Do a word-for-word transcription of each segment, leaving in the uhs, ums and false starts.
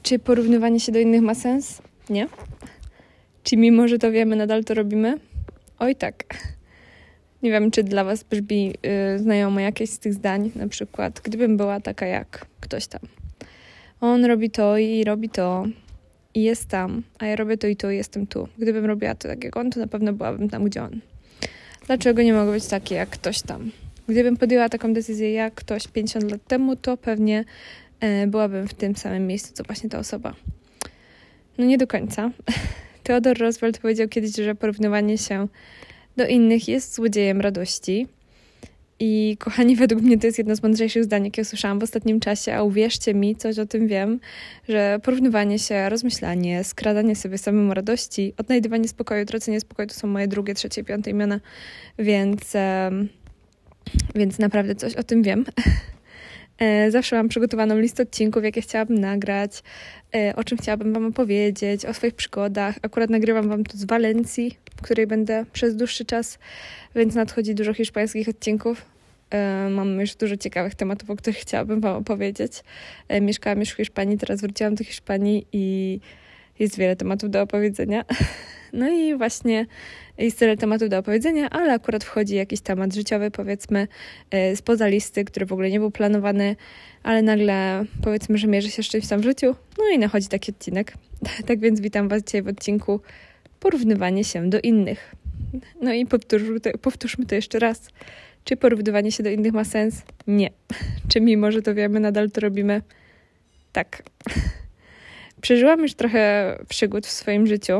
Czy porównywanie się do innych ma sens? Nie. Czy mimo, że to wiemy, nadal to robimy? Oj tak. Nie wiem, czy dla was brzmi yy, znajomo jakieś z tych zdań, na przykład gdybym była taka jak ktoś tam. On robi to i robi to i jest tam, a ja robię to i to i jestem tu. Gdybym robiła to tak jak on, to na pewno byłabym tam, gdzie on. Dlaczego nie mogę być taki jak ktoś tam? Gdybym podjęła taką decyzję jak ktoś pięćdziesiąt lat temu, to pewnie yy, byłabym w tym samym miejscu, co właśnie ta osoba. No nie do końca. Theodor Roosevelt powiedział kiedyś, że porównywanie się do innych jest złodziejem radości. I kochani, według mnie to jest jedno z mądrzejszych zdań, jakie usłyszałam w ostatnim czasie, a uwierzcie mi, coś o tym wiem, że porównywanie się, rozmyślanie, skradanie sobie samemu radości, odnajdywanie spokoju, tracenie spokoju to są moje drugie, trzecie, piąte imiona, więc, e, więc naprawdę coś o tym wiem. Zawsze mam przygotowaną listę odcinków, jakie chciałabym nagrać, o czym chciałabym wam opowiedzieć, o swoich przygodach. Akurat nagrywam wam to z Walencji, w której będę przez dłuższy czas, więc nadchodzi dużo hiszpańskich odcinków. Mam już dużo ciekawych tematów, o których chciałabym wam opowiedzieć. Mieszkałam już w Hiszpanii, teraz wróciłam do Hiszpanii i jest wiele tematów do opowiedzenia. No i właśnie jest tyle tematów do opowiedzenia, ale akurat wchodzi jakiś temat życiowy, powiedzmy, spoza listy, który w ogóle nie był planowany, ale nagle powiedzmy, że mierzy się z czymś tam w życiu, no i nachodzi taki odcinek. Tak więc witam was dzisiaj w odcinku porównywanie się do innych. No i powtórzmy to, powtórzmy to jeszcze raz. Czy porównywanie się do innych ma sens? Nie. Czy mimo, że to wiemy, nadal to robimy? Tak. Przeżyłam już trochę przygód w swoim życiu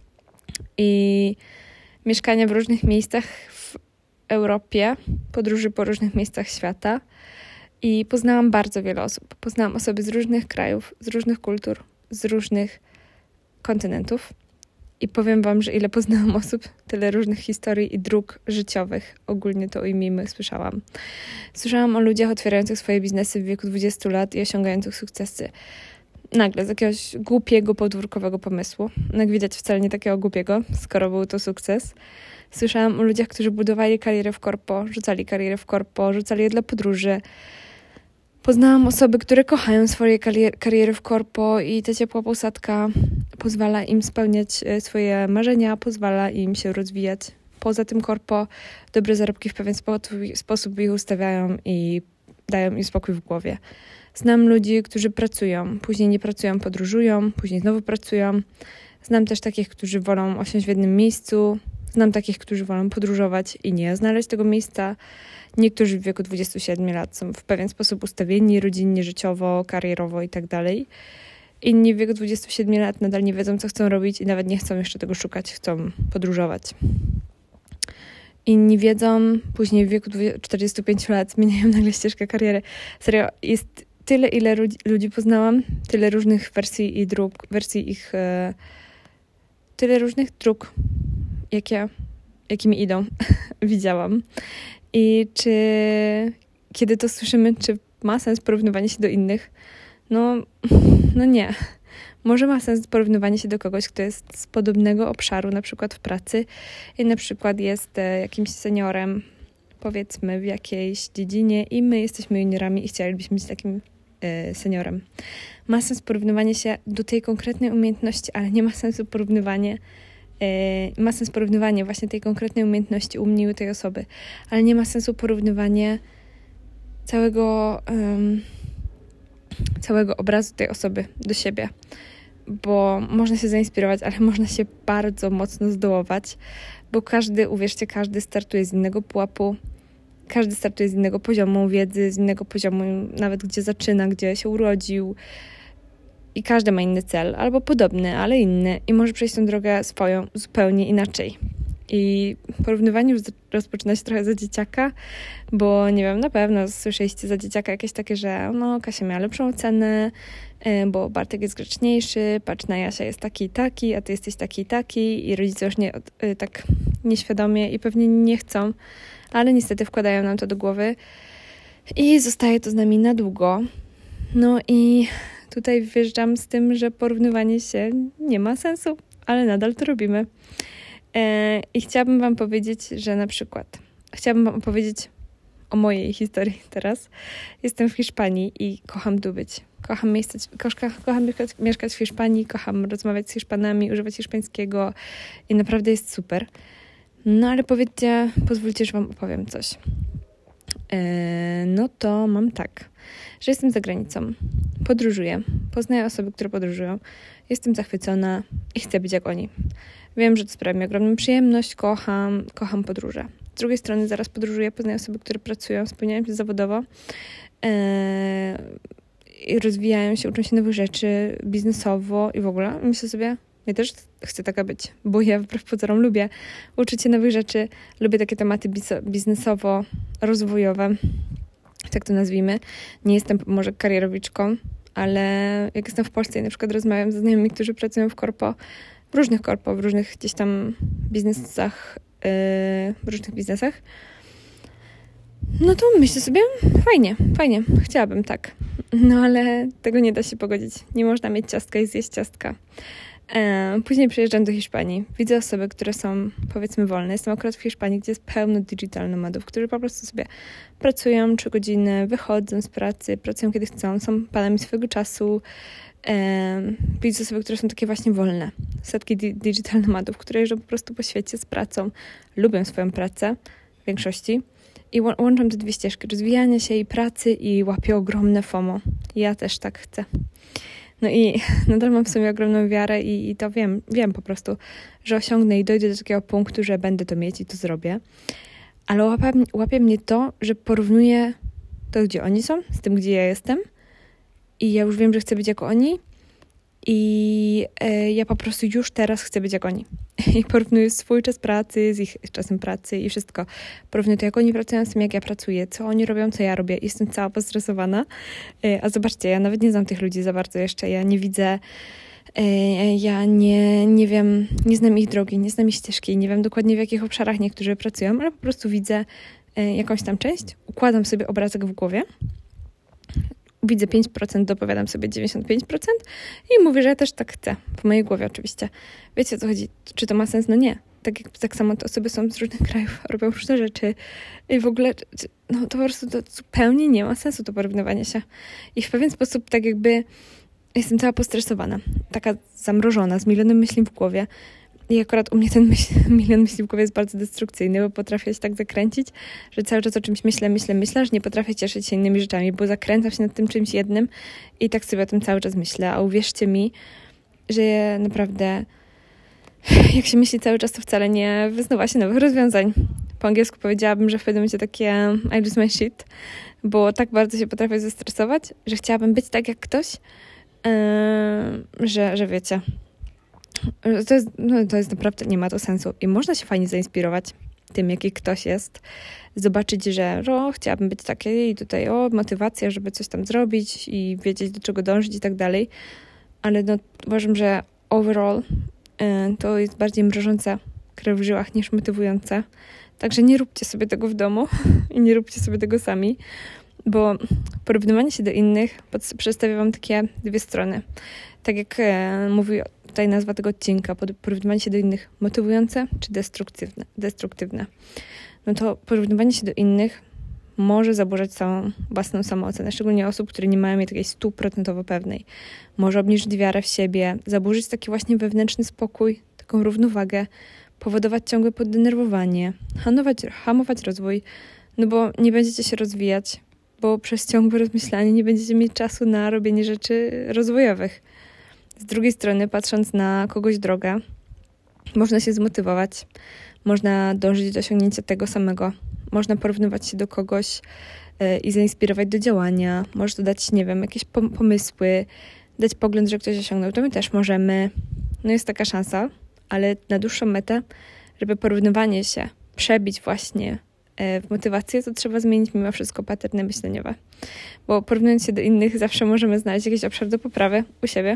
i mieszkania w różnych miejscach w Europie, podróży po różnych miejscach świata i poznałam bardzo wiele osób. Poznałam osoby z różnych krajów, z różnych kultur, z różnych kontynentów i powiem wam, że ile poznałam osób, tyle różnych historii i dróg życiowych, ogólnie to ujmijmy, słyszałam. Słyszałam o ludziach otwierających swoje biznesy w wieku dwudziestu lat i osiągających sukcesy. Nagle, z jakiegoś głupiego, podwórkowego pomysłu. No jak widać, wcale nie takiego głupiego, skoro był to sukces. Słyszałam o ludziach, którzy budowali karierę w korpo, rzucali karierę w korpo, rzucali je dla podróży. Poznałam osoby, które kochają swoje karier- kariery w korpo i ta ciepła posadka pozwala im spełniać swoje marzenia, pozwala im się rozwijać. Poza tym korpo dobre zarobki w pewien sposób, sposób ich ustawiają i dają im spokój w głowie. Znam ludzi, którzy pracują, później nie pracują, podróżują, później znowu pracują. Znam też takich, którzy wolą osiąść w jednym miejscu. Znam takich, którzy wolą podróżować i nie znaleźć tego miejsca. Niektórzy w wieku dwudziestu siedmiu lat są w pewien sposób ustawieni rodzinnie, życiowo, karierowo i tak dalej. Inni w wieku dwudziestu siedmiu lat nadal nie wiedzą, co chcą robić i nawet nie chcą jeszcze tego szukać, chcą podróżować. Inni wiedzą, później w wieku czterdziestu pięciu lat zmieniają nagle ścieżkę kariery. Serio, jest tyle, ile ludzi, ludzi poznałam, tyle różnych wersji i dróg, wersji ich, e, tyle różnych dróg, jakie, jakimi idą, widziałam. I czy, kiedy to słyszymy, czy ma sens porównywanie się do innych? No, no nie. Może ma sens porównywanie się do kogoś, kto jest z podobnego obszaru, na przykład w pracy i na przykład jest e, jakimś seniorem, powiedzmy, w jakiejś dziedzinie i my jesteśmy juniorami i chcielibyśmy być takim y, seniorem. Ma sens porównywanie się do tej konkretnej umiejętności, ale nie ma sensu porównywanie y, ma sens porównywanie właśnie tej konkretnej umiejętności u mnie i u tej osoby, ale nie ma sensu porównywanie całego um, całego obrazu tej osoby do siebie, bo można się zainspirować, ale można się bardzo mocno zdołować, bo każdy, uwierzcie, każdy startuje z innego pułapu, każdy startuje z innego poziomu wiedzy, z innego poziomu nawet gdzie zaczyna, gdzie się urodził i każdy ma inny cel, albo podobny, ale inny i może przejść tę drogę swoją zupełnie inaczej. I porównywanie już rozpoczyna się trochę za dzieciaka, bo nie wiem, na pewno słyszeliście za dzieciaka jakieś takie, że no Kasia miała lepszą ocenę, bo Bartek jest grzeczniejszy, patrz na Jasia jest taki i taki, a ty jesteś taki i taki i rodzice już nie, tak nieświadomie i pewnie nie chcą, ale niestety wkładają nam to do głowy i zostaje to z nami na długo. No i tutaj wjeżdżam z tym, że porównywanie się nie ma sensu, ale nadal to robimy. I chciałabym wam powiedzieć, że na przykład chciałabym wam opowiedzieć o mojej historii teraz. Jestem w Hiszpanii i kocham tu być. Kocham, miejsce, kocham, kocham mieszkać, mieszkać w Hiszpanii, kocham rozmawiać z Hiszpanami, używać hiszpańskiego i naprawdę jest super. No ale powiedzcie, pozwólcie, że wam opowiem coś. Eee, no to mam tak, że jestem za granicą, podróżuję, poznaję osoby, które podróżują, jestem zachwycona i chcę być jak oni. Wiem, że to sprawia mi ogromną przyjemność, kocham, kocham podróże. Z drugiej strony zaraz podróżuję, poznaję osoby, które pracują, spełniają się zawodowo eee, i rozwijają się, uczą się nowych rzeczy biznesowo i w ogóle. Myślę sobie, ja też chcę taka być, bo ja wbrew pozorom lubię uczyć się nowych rzeczy, lubię takie tematy biznesowo-rozwojowe, tak to nazwijmy. Nie jestem może karierowiczką, ale jak jestem w Polsce i na przykład rozmawiam ze znajomymi, którzy pracują w korpo, w różnych korpo, w różnych gdzieś tam biznesach, yy, w różnych biznesach, no to myślę sobie, fajnie, fajnie, chciałabym tak. No ale tego nie da się pogodzić. Nie można mieć ciastka i zjeść ciastka. Później przyjeżdżam do Hiszpanii. Widzę osoby, które są, powiedzmy, wolne. Jestem akurat w Hiszpanii, gdzie jest pełno digital nomadów, którzy po prostu sobie pracują trzy godziny, wychodzą z pracy, pracują kiedy chcą, są panami swojego czasu. Widzę osoby, które są takie właśnie wolne. Setki di- digital nomadów, które jeżdżą po prostu po świecie z pracą, lubią swoją pracę w większości i ł- łączą te dwie ścieżki, rozwijania się i pracy i łapią ogromne FOMO. Ja też tak chcę. No i nadal mam w sobie ogromną wiarę i, i to wiem, wiem po prostu, że osiągnę i dojdę do takiego punktu, że będę to mieć i to zrobię. Ale łapie, łapie mnie to, że porównuję to, gdzie oni są, z tym, gdzie ja jestem i ja już wiem, że chcę być jak oni i e, ja po prostu już teraz chcę być jak oni. I porównuję swój czas pracy z ich czasem pracy i wszystko. Porównuję to, jak oni pracują, z tym, jak ja pracuję, co oni robią, co ja robię. I jestem cała postresowana. E, a zobaczcie, ja nawet nie znam tych ludzi za bardzo jeszcze. Ja nie widzę, e, ja nie, nie wiem, nie znam ich drogi, nie znam ich ścieżki, nie wiem dokładnie, w jakich obszarach niektórzy pracują, ale po prostu widzę e, jakąś tam część, układam sobie obrazek w głowie, widzę pięć procent, dopowiadam sobie dziewięćdziesiąt pięć procent i mówię, że ja też tak chcę. W mojej głowie oczywiście. Wiecie, o co chodzi? Czy to ma sens? No nie. Tak jak tak samo te osoby są z różnych krajów, robią różne rzeczy i w ogóle no to po prostu to zupełnie nie ma sensu to porównywanie się. I w pewien sposób tak jakby jestem cała postresowana. Taka zamrożona, z milionem myśli w głowie. I akurat u mnie ten myśl, milion myśli w głowie jest bardzo destrukcyjny, bo potrafię się tak zakręcić, że cały czas o czymś myślę, myślę, myślę, że nie potrafię cieszyć się innymi rzeczami, bo zakręcam się nad tym czymś jednym i tak sobie o tym cały czas myślę. A uwierzcie mi, że naprawdę jak się myśli cały czas, to wcale nie wyznawa się nowych rozwiązań. Po angielsku powiedziałabym, że w pewnym momencie takie I lose my shit, bo tak bardzo się potrafię zestresować, że chciałabym być tak jak ktoś, yy, że, że wiecie... To jest, no, to jest naprawdę, nie ma to sensu. I można się fajnie zainspirować tym, jaki ktoś jest. Zobaczyć, że o, chciałabym być takiej i tutaj o, motywacja, żeby coś tam zrobić i wiedzieć, do czego dążyć i tak dalej. Ale no, uważam, że overall y, to jest bardziej mrożące krew w żyłach niż motywujące. Także nie róbcie sobie tego w domu i nie róbcie sobie tego sami, bo porównywanie się do innych przedstawia wam takie dwie strony. Tak jak e, mówi tutaj nazwa tego odcinka, porównywanie się do innych motywujące czy destruktywne. destruktywne. No to porównywanie się do innych może zaburzać całą własną samoocenę, szczególnie osób, które nie mają jej takiej stuprocentowo pewnej. Może obniżyć wiarę w siebie, zaburzyć taki właśnie wewnętrzny spokój, taką równowagę, powodować ciągłe poddenerwowanie, hamować, hamować rozwój, no bo nie będziecie się rozwijać, bo przez ciągłe rozmyślanie nie będziecie mieć czasu na robienie rzeczy rozwojowych. Z drugiej strony, patrząc na kogoś drogę, można się zmotywować, można dążyć do osiągnięcia tego samego, można porównywać się do kogoś yy, i zainspirować do działania, może dać, nie wiem, jakieś pom- pomysły, dać pogląd, że ktoś osiągnął, to my też możemy. No jest taka szansa, ale na dłuższą metę, żeby porównywanie się przebić właśnie w motywację, to trzeba zmienić mimo wszystko paterny myśleniowe. Bo porównując się do innych, zawsze możemy znaleźć jakiś obszar do poprawy u siebie,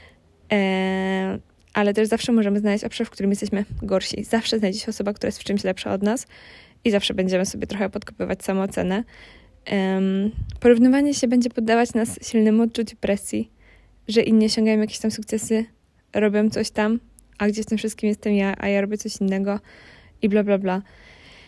eee, ale też zawsze możemy znaleźć obszar, w którym jesteśmy gorsi. Zawsze znajdzie się osoba, która jest w czymś lepsza od nas i zawsze będziemy sobie trochę podkopywać samoocenę. Eee, porównywanie się będzie poddawać nas silnemu odczuciu presji, że inni osiągają jakieś tam sukcesy, robią coś tam, a gdzie w tym wszystkim jestem ja, a ja robię coś innego i bla, bla, bla.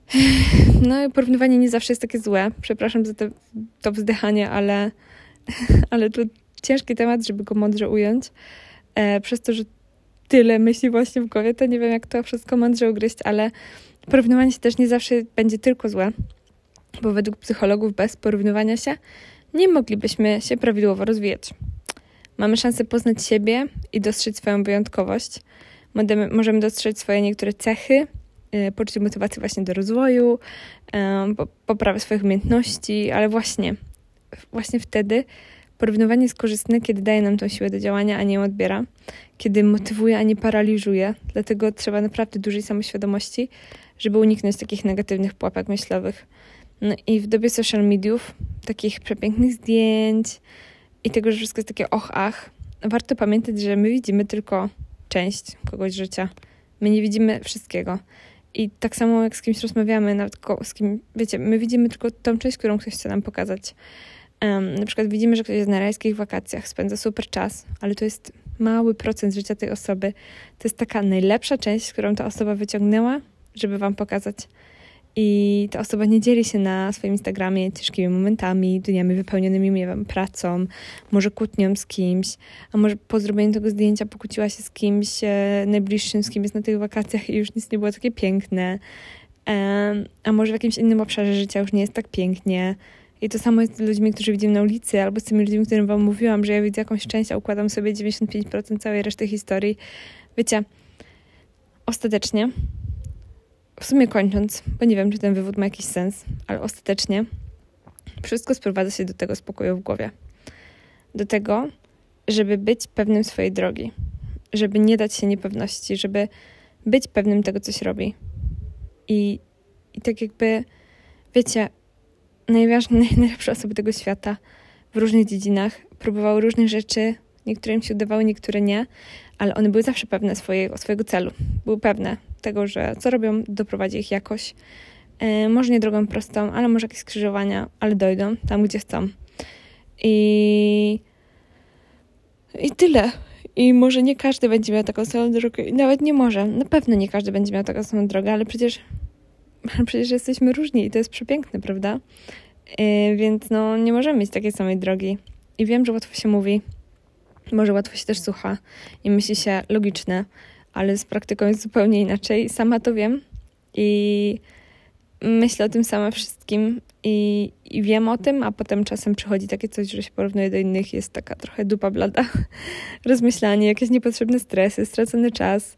No i porównywanie nie zawsze jest takie złe. Przepraszam za te, to wzdychanie, ale, ale to ciężki temat, żeby go mądrze ująć. E, przez to, że tyle myśli właśnie w głowie, to nie wiem, jak to wszystko mądrze ugryźć, ale porównywanie się też nie zawsze będzie tylko złe, bo według psychologów bez porównywania się nie moglibyśmy się prawidłowo rozwijać. Mamy szansę poznać siebie i dostrzec swoją wyjątkowość. Możemy dostrzec swoje niektóre cechy, poczucie motywacji właśnie do rozwoju, poprawy swoich umiejętności, ale właśnie, właśnie wtedy porównywanie jest korzystne, kiedy daje nam tą siłę do działania, a nie ją odbiera, kiedy motywuje, a nie paraliżuje. Dlatego trzeba naprawdę dużej samoświadomości, żeby uniknąć takich negatywnych pułapek myślowych. No i w dobie social mediów, takich przepięknych zdjęć i tego, że wszystko jest takie och, ach, warto pamiętać, że my widzimy tylko część kogoś życia. My nie widzimy wszystkiego. I tak samo jak z kimś rozmawiamy, nawet z kim, wiecie, my widzimy tylko tą część, którą ktoś chce nam pokazać. Um, na przykład widzimy, że ktoś jest na rajskich wakacjach, spędza super czas, ale to jest mały procent życia tej osoby. To jest taka najlepsza część, którą ta osoba wyciągnęła, żeby wam pokazać. I ta osoba nie dzieli się na swoim Instagramie ciężkimi momentami, dniami wypełnionymi, nie wiem, pracą, może kłótnią z kimś, a może po zrobieniu tego zdjęcia pokłóciła się z kimś e, najbliższym, z kim jest na tych wakacjach i już nic nie było takie piękne. E, a może w jakimś innym obszarze życia już nie jest tak pięknie. I to samo jest z ludźmi, którzy widzimy na ulicy, albo z tymi ludźmi, którym wam mówiłam, że ja widzę jakąś część, a układam sobie dziewięćdziesiąt pięć procent całej reszty historii. Wiecie, ostatecznie, w sumie kończąc, bo nie wiem, czy ten wywód ma jakiś sens, ale ostatecznie wszystko sprowadza się do tego spokoju w głowie. Do tego, żeby być pewnym swojej drogi. Żeby nie dać się niepewności, żeby być pewnym tego, co się robi. I, i tak jakby, wiecie, najważniejsze, najlepsze osoby tego świata w różnych dziedzinach próbowały różnych rzeczy, niektóre im się udawały, niektóre nie, ale one były zawsze pewne swojego, swojego celu. Były pewne tego, że co robią, doprowadzi ich jakoś. E, może nie drogą prostą, ale może jakieś skrzyżowania, ale dojdą tam, gdzie chcą. I, i tyle. I może nie każdy będzie miał taką samą drogę. I nawet nie może. Na pewno nie każdy będzie miał taką samą drogę, ale przecież, przecież jesteśmy różni i to jest przepiękne, prawda? E, więc no, nie możemy mieć takiej samej drogi. I wiem, że łatwo się mówi, może łatwo się też słucha i myśli się logiczne, ale z praktyką jest zupełnie inaczej. Sama to wiem i myślę o tym sama wszystkim i, i wiem o tym, a potem czasem przychodzi takie coś, że się porównuje do innych, jest taka trochę dupa blada, rozmyślanie, jakieś niepotrzebne stresy, stracony czas.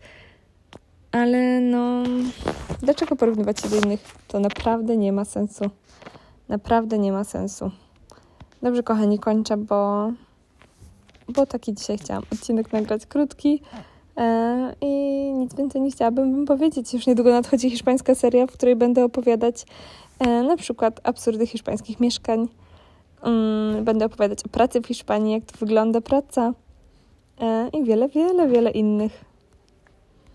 Ale no, dlaczego porównywać się do innych? To naprawdę nie ma sensu. Naprawdę nie ma sensu. Dobrze, kochani, kończę, bo, bo taki dzisiaj chciałam odcinek nagrać krótki. I nic więcej nie chciałabym wam powiedzieć. Już niedługo nadchodzi hiszpańska seria, w której będę opowiadać na przykład absurdy hiszpańskich mieszkań. Będę opowiadać o pracy w Hiszpanii, jak to wygląda praca i wiele, wiele, wiele innych